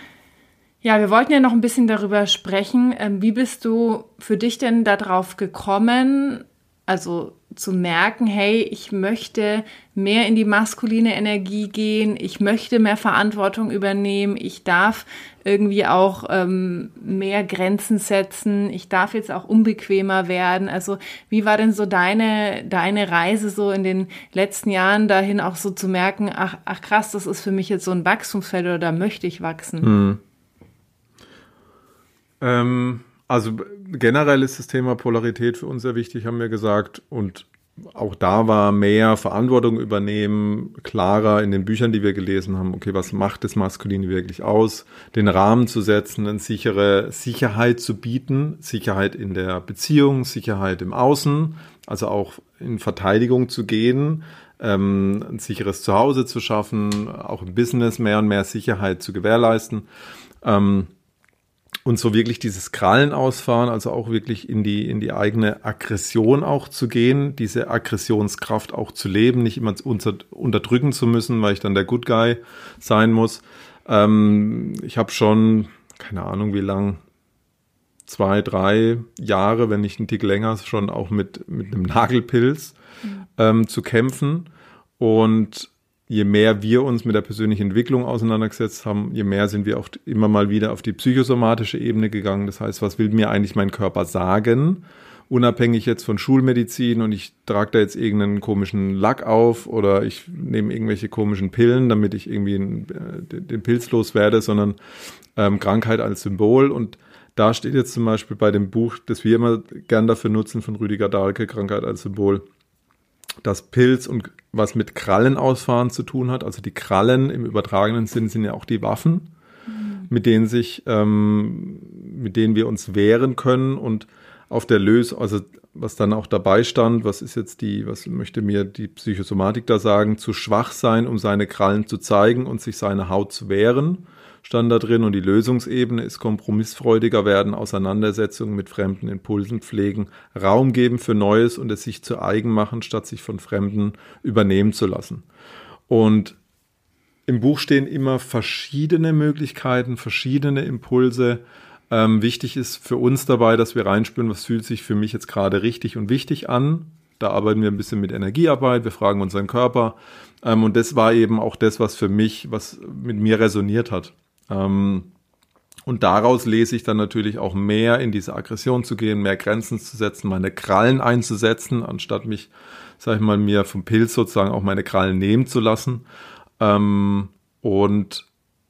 Ja, wir wollten ja noch ein bisschen darüber sprechen. Wie bist du für dich denn darauf gekommen, also zu merken, hey, ich möchte mehr in die maskuline Energie gehen, ich möchte mehr Verantwortung übernehmen, ich darf irgendwie auch ähm, mehr Grenzen setzen, ich darf jetzt auch unbequemer werden. Also wie war denn so deine deine Reise so in den letzten Jahren dahin, auch so zu merken, ach, ach krass, das ist für mich jetzt so ein Wachstumsfeld oder da möchte ich wachsen? Hm. Ähm, also generell ist das Thema Polarität für uns sehr wichtig, haben wir gesagt, und auch da war mehr Verantwortung übernehmen, klarer in den Büchern, die wir gelesen haben, okay, was macht das Maskuline wirklich aus, den Rahmen zu setzen, eine sichere Sicherheit zu bieten, Sicherheit in der Beziehung, Sicherheit im Außen, also auch in Verteidigung zu gehen, ähm, ein sicheres Zuhause zu schaffen, auch im Business mehr und mehr Sicherheit zu gewährleisten. Ähm, Und so wirklich dieses Krallen ausfahren, also auch wirklich in die, in die eigene Aggression auch zu gehen, diese Aggressionskraft auch zu leben, nicht immer unter, unterdrücken zu müssen, weil ich dann der Good Guy sein muss. Ähm, ich habe schon, keine Ahnung wie lang, zwei, drei Jahre, wenn nicht einen Tick länger, schon auch mit, mit einem Nagelpilz mhm. ähm, zu kämpfen. Und je mehr wir uns mit der persönlichen Entwicklung auseinandergesetzt haben, je mehr sind wir auch immer mal wieder auf die psychosomatische Ebene gegangen. Das heißt, was will mir eigentlich mein Körper sagen? Unabhängig jetzt von Schulmedizin und ich trage da jetzt irgendeinen komischen Lack auf oder ich nehme irgendwelche komischen Pillen, damit ich irgendwie den, den Pilz loswerde, sondern ähm, Krankheit als Symbol. Und da steht jetzt zum Beispiel bei dem Buch, das wir immer gern dafür nutzen, von Rüdiger Dahlke, Krankheit als Symbol, dass Pilz und was mit Krallen ausfahren zu tun hat. Also die Krallen im übertragenen Sinn sind ja auch die Waffen, mhm. mit denen sich, ähm, mit denen wir uns wehren können und auf der Lösung, also was dann auch dabei stand, was ist jetzt die, was möchte mir die Psychosomatik da sagen, zu schwach sein, um seine Krallen zu zeigen und sich seine Haut zu wehren, stand da drin. Und die Lösungsebene ist kompromissfreudiger werden, Auseinandersetzungen mit fremden Impulsen pflegen, Raum geben für Neues und es sich zu eigen machen, statt sich von Fremden übernehmen zu lassen. Und im Buch stehen immer verschiedene Möglichkeiten, verschiedene Impulse. Ähm, wichtig ist für uns dabei, dass wir reinspüren, was fühlt sich für mich jetzt gerade richtig und wichtig an. Da arbeiten wir ein bisschen mit Energiearbeit, wir fragen unseren Körper. Ähm, und das war eben auch das, was für mich, was mit mir resoniert hat. Ähm, und daraus lese ich dann natürlich auch mehr in diese Aggression zu gehen, mehr Grenzen zu setzen, meine Krallen einzusetzen, anstatt mich, sag ich mal, mir vom Pilz sozusagen auch meine Krallen nehmen zu lassen. Ähm, und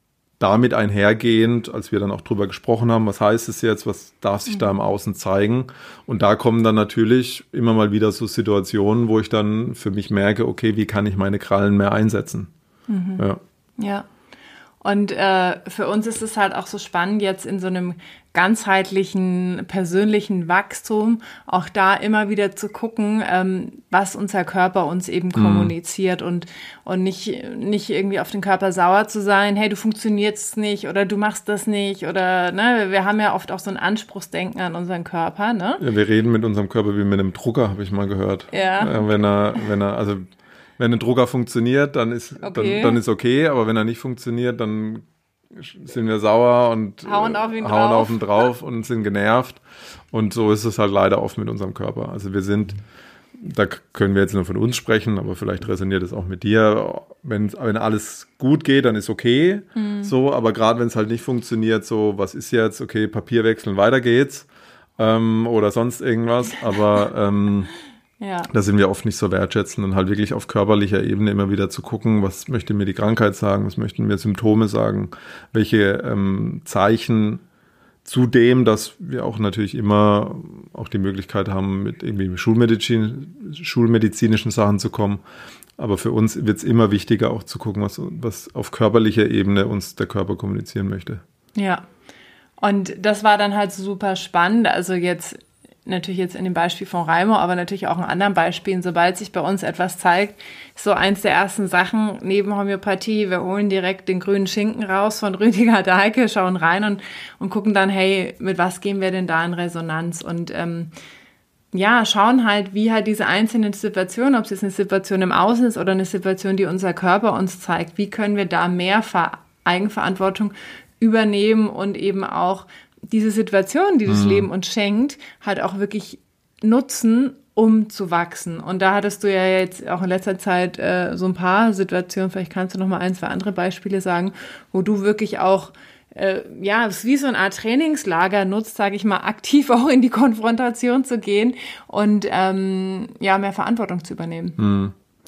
damit einhergehend, als wir dann auch drüber gesprochen haben, was heißt es jetzt, was darf sich mhm. da im Außen zeigen? Und da kommen dann natürlich immer mal wieder so Situationen, wo ich dann für mich merke, okay, wie kann ich meine Krallen mehr einsetzen? Mhm. Ja. Ja. Und äh, für uns ist es halt auch so spannend, jetzt in so einem ganzheitlichen, persönlichen Wachstum auch da immer wieder zu gucken, ähm, was unser Körper uns eben mhm. kommuniziert und und nicht nicht irgendwie auf den Körper sauer zu sein, hey, du funktionierst nicht oder du machst das nicht oder ne, wir haben ja oft auch so ein Anspruchsdenken an unseren Körper, ne? Ja, wir reden mit unserem Körper wie mit einem Drucker, habe ich mal gehört. Ja. Äh, wenn er wenn er also Wenn ein Drucker funktioniert, dann ist okay. Dann, dann ist okay, aber wenn er nicht funktioniert, dann sind wir sauer und hauen auf ihn hauen drauf. auf ihn drauf und sind genervt. Und so ist es halt leider oft mit unserem Körper. Also wir sind, da können wir jetzt nur von uns sprechen, aber vielleicht resoniert es auch mit dir. Wenn, wenn alles gut geht, dann ist okay. Mhm. So, aber gerade wenn es halt nicht funktioniert, so, was ist jetzt? Okay, Papier wechseln, weiter geht's. Ähm, oder sonst irgendwas. Aber ähm, ja. Da sind wir oft nicht so wertschätzend und halt wirklich auf körperlicher Ebene immer wieder zu gucken, was möchte mir die Krankheit sagen, was möchten mir Symptome sagen, welche ähm, Zeichen, zudem, dass wir auch natürlich immer auch die Möglichkeit haben, mit irgendwie Schulmedizin, schulmedizinischen Sachen zu kommen. Aber für uns wird es immer wichtiger, auch zu gucken, was, was auf körperlicher Ebene uns der Körper kommunizieren möchte. Ja, und das war dann halt super spannend, also jetzt natürlich jetzt in dem Beispiel von Raimo, aber natürlich auch in anderen Beispielen, sobald sich bei uns etwas zeigt, ist so eins der ersten Sachen neben Homöopathie, wir holen direkt den grünen Schinken raus von Rüdiger Dahlke, schauen rein und, und gucken dann, hey, mit was gehen wir denn da in Resonanz? Und ähm, ja, schauen halt, wie halt diese einzelnen Situationen, ob es jetzt eine Situation im Außen ist oder eine Situation, die unser Körper uns zeigt, wie können wir da mehr Ver- Eigenverantwortung übernehmen und eben auch diese Situation, die das mhm. Leben uns schenkt, halt auch wirklich nutzen, um zu wachsen. Und da hattest du ja jetzt auch in letzter Zeit äh, so ein paar Situationen, vielleicht kannst du noch mal ein, zwei andere Beispiele sagen, wo du wirklich auch, äh, ja, es ist wie so eine Art Trainingslager nutzt, sage ich mal, aktiv auch in die Konfrontation zu gehen und ähm, ja, mehr Verantwortung zu übernehmen. Mhm.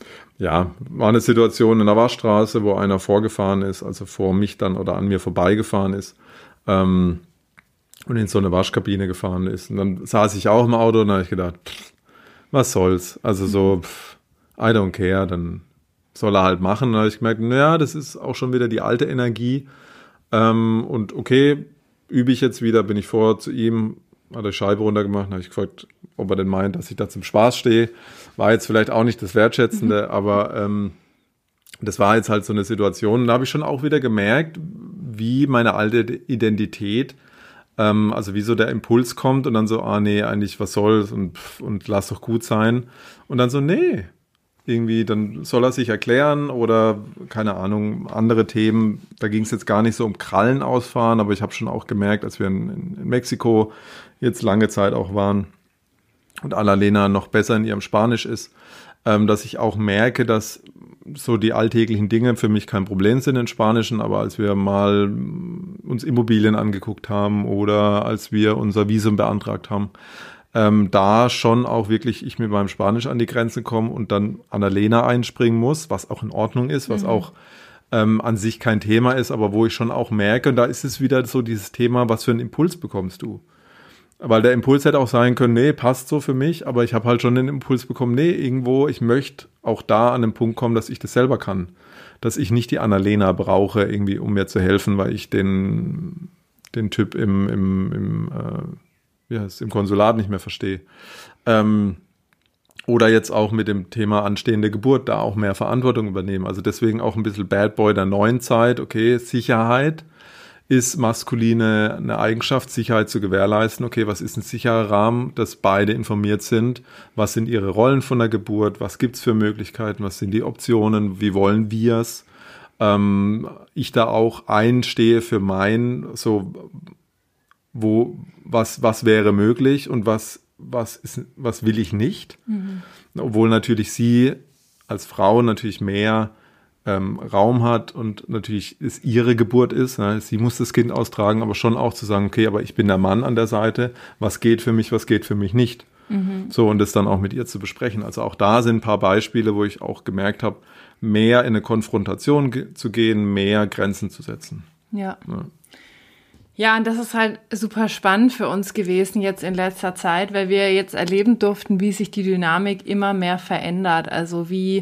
Ja, war eine Situation in der Waschstraße, wo einer vorgefahren ist, also vor mich dann oder an mir vorbeigefahren ist. Ähm, und in so eine Waschkabine gefahren ist. Und dann saß ich auch im Auto und da habe ich gedacht, pff, was soll's? Also so, pff, I don't care, dann soll er halt machen. Und dann habe ich gemerkt, naja, das ist auch schon wieder die alte Energie. Ähm, und okay, übe ich jetzt wieder, bin ich vor zu ihm, hat er Scheibe runtergemacht, habe ich gefragt, ob er denn meint, dass ich da zum Spaß stehe. War jetzt vielleicht auch nicht das Wertschätzende, mhm. aber ähm, das war jetzt halt so eine Situation. Und da habe ich schon auch wieder gemerkt, wie meine alte Identität, Ähm, also wie so der Impuls kommt und dann so, ah nee, eigentlich was soll's und, und lass doch gut sein. Und dann so, nee, irgendwie, dann soll er sich erklären oder, keine Ahnung, andere Themen. Da ging es jetzt gar nicht so um Krallen ausfahren, aber ich habe schon auch gemerkt, als wir in, in, in Mexiko jetzt lange Zeit auch waren und Annalena noch besser in ihrem Spanisch ist, ähm, dass ich auch merke, dass so die alltäglichen Dinge für mich kein Problem sind in Spanischen, aber als wir mal uns Immobilien angeguckt haben oder als wir unser Visum beantragt haben, ähm, da schon auch wirklich ich mit meinem Spanisch an die Grenze komme und dann Annalena einspringen muss, was auch in Ordnung ist, was mhm. auch ähm, an sich kein Thema ist, aber wo ich schon auch merke, und da ist es wieder so dieses Thema, was für einen Impuls bekommst du? Weil der Impuls hätte auch sein können, nee, passt so für mich, aber ich habe halt schon den Impuls bekommen, nee, irgendwo, ich möchte auch da an den Punkt kommen, dass ich das selber kann. Dass ich nicht die Annalena brauche, irgendwie, um mir zu helfen, weil ich den, den Typ im, im, im, äh, wie heißt es, im Konsulat nicht mehr verstehe. Ähm, oder jetzt auch mit dem Thema anstehende Geburt, da auch mehr Verantwortung übernehmen. Also deswegen auch ein bisschen Bad Boy der neuen Zeit. Okay, Sicherheit ist maskuline eine Eigenschaft, Sicherheit zu gewährleisten. Okay, was ist ein sicherer Rahmen, dass beide informiert sind? Was sind ihre Rollen von der Geburt? Was gibt's für Möglichkeiten? Was sind die Optionen? Wie wollen wir's? Ähm, ich da auch einstehe für mein, so, wo, was, was wäre möglich und was, was ist, was will ich nicht? Mhm. Obwohl natürlich sie als Frau natürlich mehr ähm, Raum hat und natürlich es ihre Geburt ist. Ne? Sie muss das Kind austragen, aber schon auch zu sagen, okay, aber ich bin der Mann an der Seite. Was geht für mich, was geht für mich nicht? Mhm. So, und das dann auch mit ihr zu besprechen. Also auch da sind ein paar Beispiele, wo ich auch gemerkt habe, mehr in eine Konfrontation ge- zu gehen, mehr Grenzen zu setzen. Ja. ja. Ja, und das ist halt super spannend für uns gewesen jetzt in letzter Zeit, weil wir jetzt erleben durften, wie sich die Dynamik immer mehr verändert. Also wie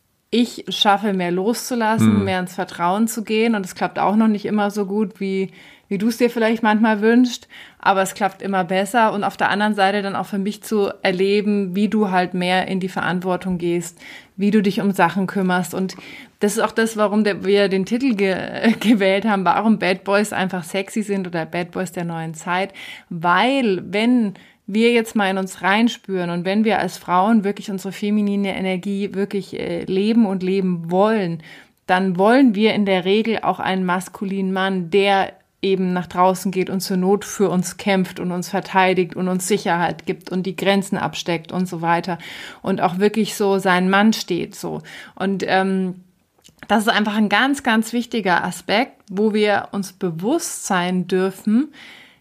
ich schaffe, mehr loszulassen, hm. mehr ins Vertrauen zu gehen. Und es klappt auch noch nicht immer so gut, wie, wie du es dir vielleicht manchmal wünschst. Aber es klappt immer besser. Und auf der anderen Seite dann auch für mich zu erleben, wie du halt mehr in die Verantwortung gehst, wie du dich um Sachen kümmerst. Und das ist auch das, warum der, wir den Titel ge- gewählt haben, warum Bad Boys einfach sexy sind oder Bad Boys der neuen Zeit. Weil wenn wir jetzt mal in uns reinspüren und wenn wir als Frauen wirklich unsere feminine Energie wirklich äh, leben und leben wollen, dann wollen wir in der Regel auch einen maskulinen Mann, der eben nach draußen geht und zur Not für uns kämpft und uns verteidigt und uns Sicherheit gibt und die Grenzen absteckt und so weiter und auch wirklich so sein Mann steht so. Und ähm, das ist einfach ein ganz, ganz wichtiger Aspekt, wo wir uns bewusst sein dürfen,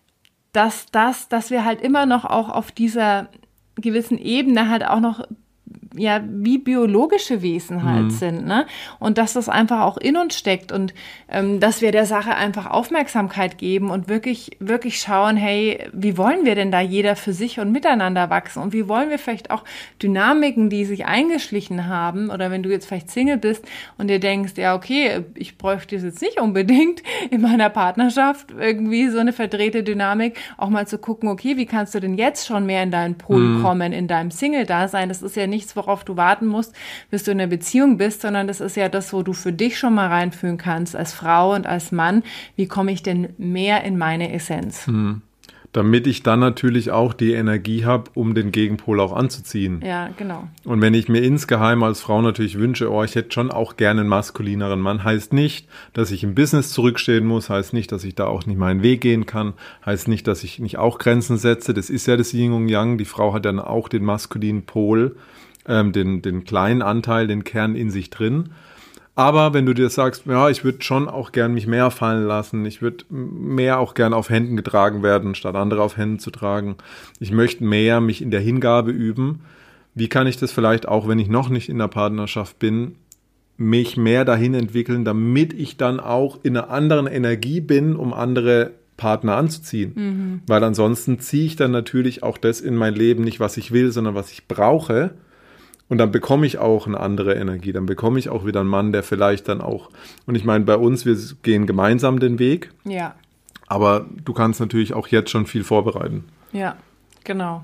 dass das, dass wir halt immer noch auch auf dieser gewissen Ebene halt auch noch ja wie biologische Wesen halt mhm. sind, ne? Und dass das einfach auch in uns steckt und ähm, dass wir der Sache einfach Aufmerksamkeit geben und wirklich wirklich schauen, hey, wie wollen wir denn da jeder für sich und miteinander wachsen und wie wollen wir vielleicht auch Dynamiken, die sich eingeschlichen haben oder wenn du jetzt vielleicht Single bist und dir denkst, ja okay, ich bräuchte das jetzt nicht unbedingt in meiner Partnerschaft irgendwie so eine verdrehte Dynamik, auch mal zu gucken, okay, wie kannst du denn jetzt schon mehr in deinen Pool mhm. kommen, in deinem Single-Dasein? Das ist ja nichts, worauf du warten musst, bis du in einer Beziehung bist, sondern das ist ja das, wo du für dich schon mal reinfühlen kannst, als Frau und als Mann. Wie komme ich denn mehr in meine Essenz? Hm. Damit ich dann natürlich auch die Energie habe, um den Gegenpol auch anzuziehen. Ja, genau. Und wenn ich mir insgeheim als Frau natürlich wünsche, oh, ich hätte schon auch gerne einen maskulineren Mann, heißt nicht, dass ich im Business zurückstehen muss, heißt nicht, dass ich da auch nicht meinen Weg gehen kann, heißt nicht, dass ich nicht auch Grenzen setze. Das ist ja das Yin und Yang. Die Frau hat dann auch den maskulinen Pol, ähm, den, den kleinen Anteil, den Kern in sich drin. Aber wenn du dir sagst, ja, ich würde schon auch gern mich mehr fallen lassen, ich würde mehr auch gern auf Händen getragen werden, statt andere auf Händen zu tragen. Ich möchte mehr mich in der Hingabe üben. Wie kann ich das vielleicht auch, wenn ich noch nicht in der Partnerschaft bin, mich mehr dahin entwickeln, damit ich dann auch in einer anderen Energie bin, um andere Partner anzuziehen. Mhm. Weil ansonsten ziehe ich dann natürlich auch das in mein Leben, nicht was ich will, sondern was ich brauche. Und dann bekomme ich auch eine andere Energie. Dann bekomme ich auch wieder einen Mann, der vielleicht dann auch, und ich meine, bei uns, wir gehen gemeinsam den Weg. Ja. Aber du kannst natürlich auch jetzt schon viel vorbereiten. Ja, genau.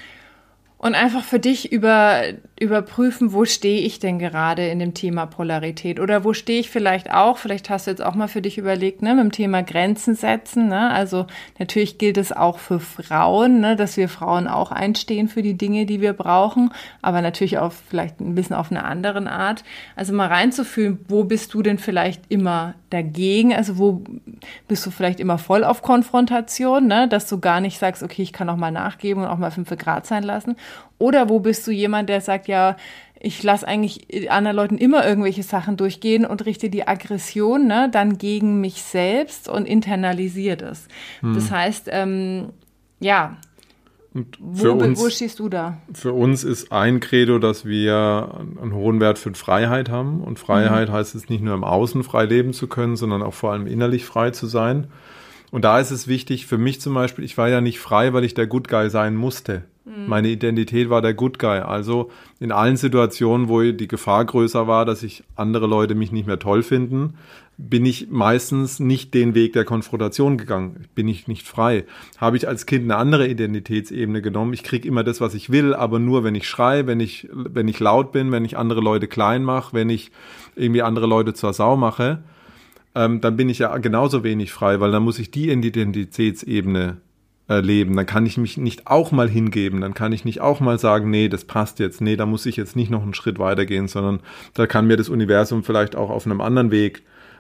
Und einfach für dich über, überprüfen, wo stehe ich denn gerade in dem Thema Polarität oder wo stehe ich vielleicht auch, vielleicht hast du jetzt auch mal für dich überlegt, ne, mit dem Thema Grenzen setzen, ne, also natürlich gilt es auch für Frauen, ne, dass wir Frauen auch einstehen für die Dinge, die wir brauchen, aber natürlich auch vielleicht ein bisschen auf eine andere Art, also mal reinzufühlen, wo bist du denn vielleicht immer dagegen, also wo bist du vielleicht immer voll auf Konfrontation, ne, dass du gar nicht sagst, okay, ich kann auch mal nachgeben und auch mal fünf Grad sein lassen. Oder wo bist du jemand, der sagt, ja, ich lasse eigentlich anderen Leuten immer irgendwelche Sachen durchgehen und richte die Aggression ne, dann gegen mich selbst und internalisiere das. Hm. Das heißt, ähm, ja, und wo, für uns, wo stehst du da? Für uns ist ein Credo, dass wir einen hohen Wert für Freiheit haben. Und Freiheit mhm. heißt es nicht nur im Außen frei leben zu können, sondern auch vor allem innerlich frei zu sein. Und da ist es wichtig, für mich zum Beispiel, ich war ja nicht frei, weil ich der Good Guy sein musste. Mhm. Meine Identität war der Good Guy. Also in allen Situationen, wo die Gefahr größer war, dass ich andere Leute mich nicht mehr toll finden, bin ich meistens nicht den Weg der Konfrontation gegangen. Bin ich nicht frei. Habe ich als Kind eine andere Identitätsebene genommen. Ich kriege immer das, was ich will, aber nur, wenn ich schreie, wenn ich, wenn ich laut bin, wenn ich andere Leute klein mache, wenn ich irgendwie andere Leute zur Sau mache, ähm, dann bin ich ja genauso wenig frei, weil dann muss ich die Identitätsebene erleben. Dann kann ich mich nicht auch mal hingeben. Dann kann ich nicht auch mal sagen, nee, das passt jetzt. Nee, da muss ich jetzt nicht noch einen Schritt weitergehen, sondern da kann mir das Universum vielleicht auch auf einem anderen Weg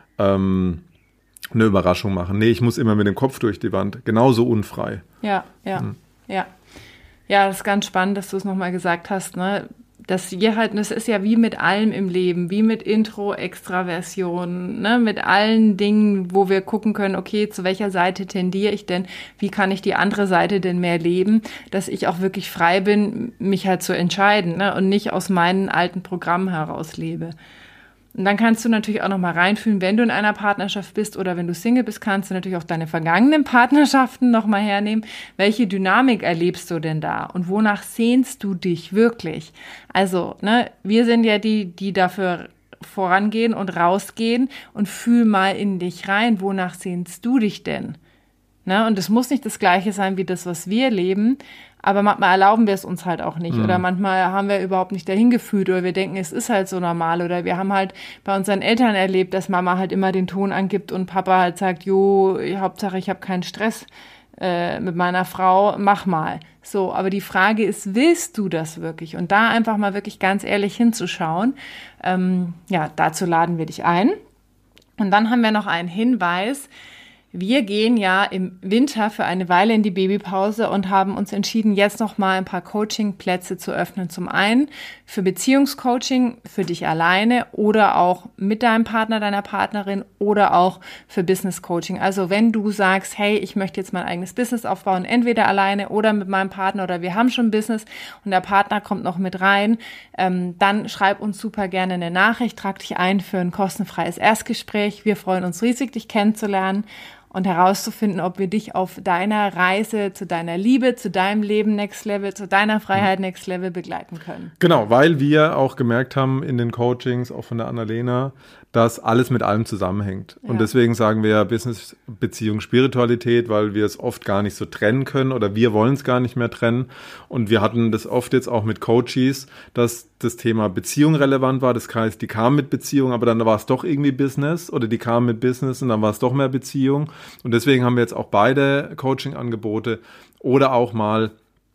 ähm, eine Überraschung machen. Nee, ich muss immer mit dem Kopf durch die Wand. Genauso unfrei. Ja, ja, mhm. ja. Ja, das ist ganz spannend, dass du es nochmal gesagt hast, ne? Dass wir halt, das ist ja wie mit allem im Leben, wie mit Intro, Extraversion, ne, mit allen Dingen, wo wir gucken können, okay, zu welcher Seite tendiere ich denn, wie kann ich die andere Seite denn mehr leben, dass ich auch wirklich frei bin, mich halt zu entscheiden, ne, und nicht aus meinen alten Programmen heraus lebe. Und dann kannst du natürlich auch noch mal reinfühlen, wenn du in einer Partnerschaft bist oder wenn du Single bist, kannst du natürlich auch deine vergangenen Partnerschaften noch mal hernehmen. Welche Dynamik erlebst du denn da? Und wonach sehnst du dich wirklich? Also, ne, wir sind ja die, die dafür vorangehen und rausgehen und fühl mal in dich rein. Wonach sehnst du dich denn? Ne? Und es muss nicht das Gleiche sein wie das, was wir leben, aber manchmal erlauben wir es uns halt auch nicht. Mhm. Oder manchmal haben wir überhaupt nicht dahin gefühlt oder wir denken, es ist halt so normal. Oder wir haben halt bei unseren Eltern erlebt, dass Mama halt immer den Ton angibt und Papa halt sagt, jo, Hauptsache ich habe keinen Stress äh, mit meiner Frau, mach mal. So, aber die Frage ist, willst du das wirklich? Und da einfach mal wirklich ganz ehrlich hinzuschauen. Ähm, ja, dazu laden wir dich ein. Und dann haben wir noch einen Hinweis. Wir gehen ja im Winter für eine Weile in die Babypause und haben uns entschieden, jetzt noch mal ein paar Coaching-Plätze zu öffnen. Zum einen für Beziehungscoaching, für dich alleine oder auch mit deinem Partner, deiner Partnerin oder auch für Business-Coaching. Also wenn du sagst, hey, ich möchte jetzt mein eigenes Business aufbauen, entweder alleine oder mit meinem Partner oder wir haben schon Business und der Partner kommt noch mit rein, ähm, dann schreib uns super gerne eine Nachricht, trag dich ein für ein kostenfreies Erstgespräch. Wir freuen uns riesig, dich kennenzulernen und herauszufinden, ob wir dich auf deiner Reise zu deiner Liebe, zu deinem Leben Next Level, zu deiner Freiheit Next Level begleiten können. Genau, weil wir auch gemerkt haben in den Coachings, auch von der Annalena, dass alles mit allem zusammenhängt. Ja. Und deswegen sagen wir ja Business, Beziehung, Spiritualität, weil wir es oft gar nicht so trennen können oder wir wollen es gar nicht mehr trennen. Und wir hatten das oft jetzt auch mit Coaches, dass das Thema Beziehung relevant war. Das heißt, die kamen mit Beziehung, aber dann war es doch irgendwie Business oder die kamen mit Business und dann war es doch mehr Beziehung. Und deswegen haben wir jetzt auch beide Coaching-Angebote oder auch mal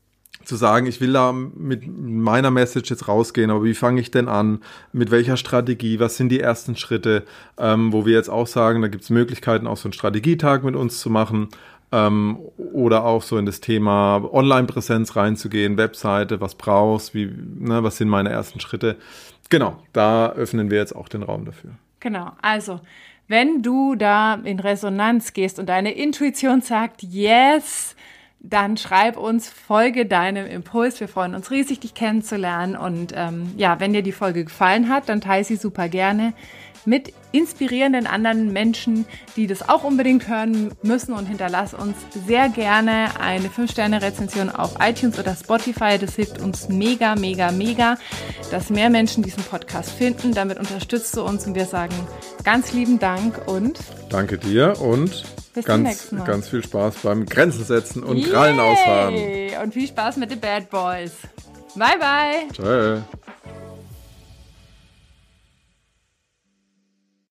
zu sagen, ich will da mit meiner Message jetzt rausgehen, aber wie fange ich denn an? Mit welcher Strategie? Was sind die ersten Schritte? Ähm, wo wir jetzt auch sagen, da gibt es Möglichkeiten, auch so einen Strategietag mit uns zu machen ähm, oder auch so in das Thema Online-Präsenz reinzugehen, Webseite, was brauchst, wie, ne, was sind meine ersten Schritte? Genau, da öffnen wir jetzt auch den Raum dafür. Genau, also wenn du da in Resonanz gehst und deine Intuition sagt, yes, dann schreib uns, folge deinem Impuls. Wir freuen uns riesig, dich kennenzulernen. Und ähm, ja, wenn dir die Folge gefallen hat, dann teile sie super gerne mit inspirierenden anderen Menschen, die das auch unbedingt hören müssen, und hinterlass uns sehr gerne eine fünf Sterne Rezension auf iTunes oder Spotify. Das hilft uns mega, mega, mega, dass mehr Menschen diesen Podcast finden. Damit unterstützt du uns und wir sagen ganz lieben Dank und danke dir und bis ganz, ganz viel Spaß beim Grenzen setzen und Krallen ausfahren. Und viel Spaß mit den Bad Boys. Bye, bye. Ciao.